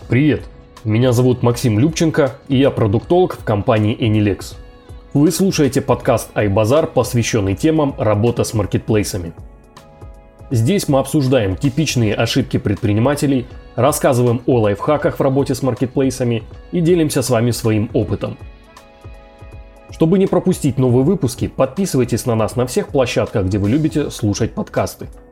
Привет, меня зовут Максим Любченко, и я продуктолог в компании Enilex. Вы слушаете подкаст iBazaar, посвященный темам работы с маркетплейсами. Здесь мы обсуждаем типичные ошибки предпринимателей, рассказываем о лайфхаках в работе с маркетплейсами и делимся с вами своим опытом. Чтобы не пропустить новые выпуски, подписывайтесь на нас на всех площадках, где вы любите слушать подкасты.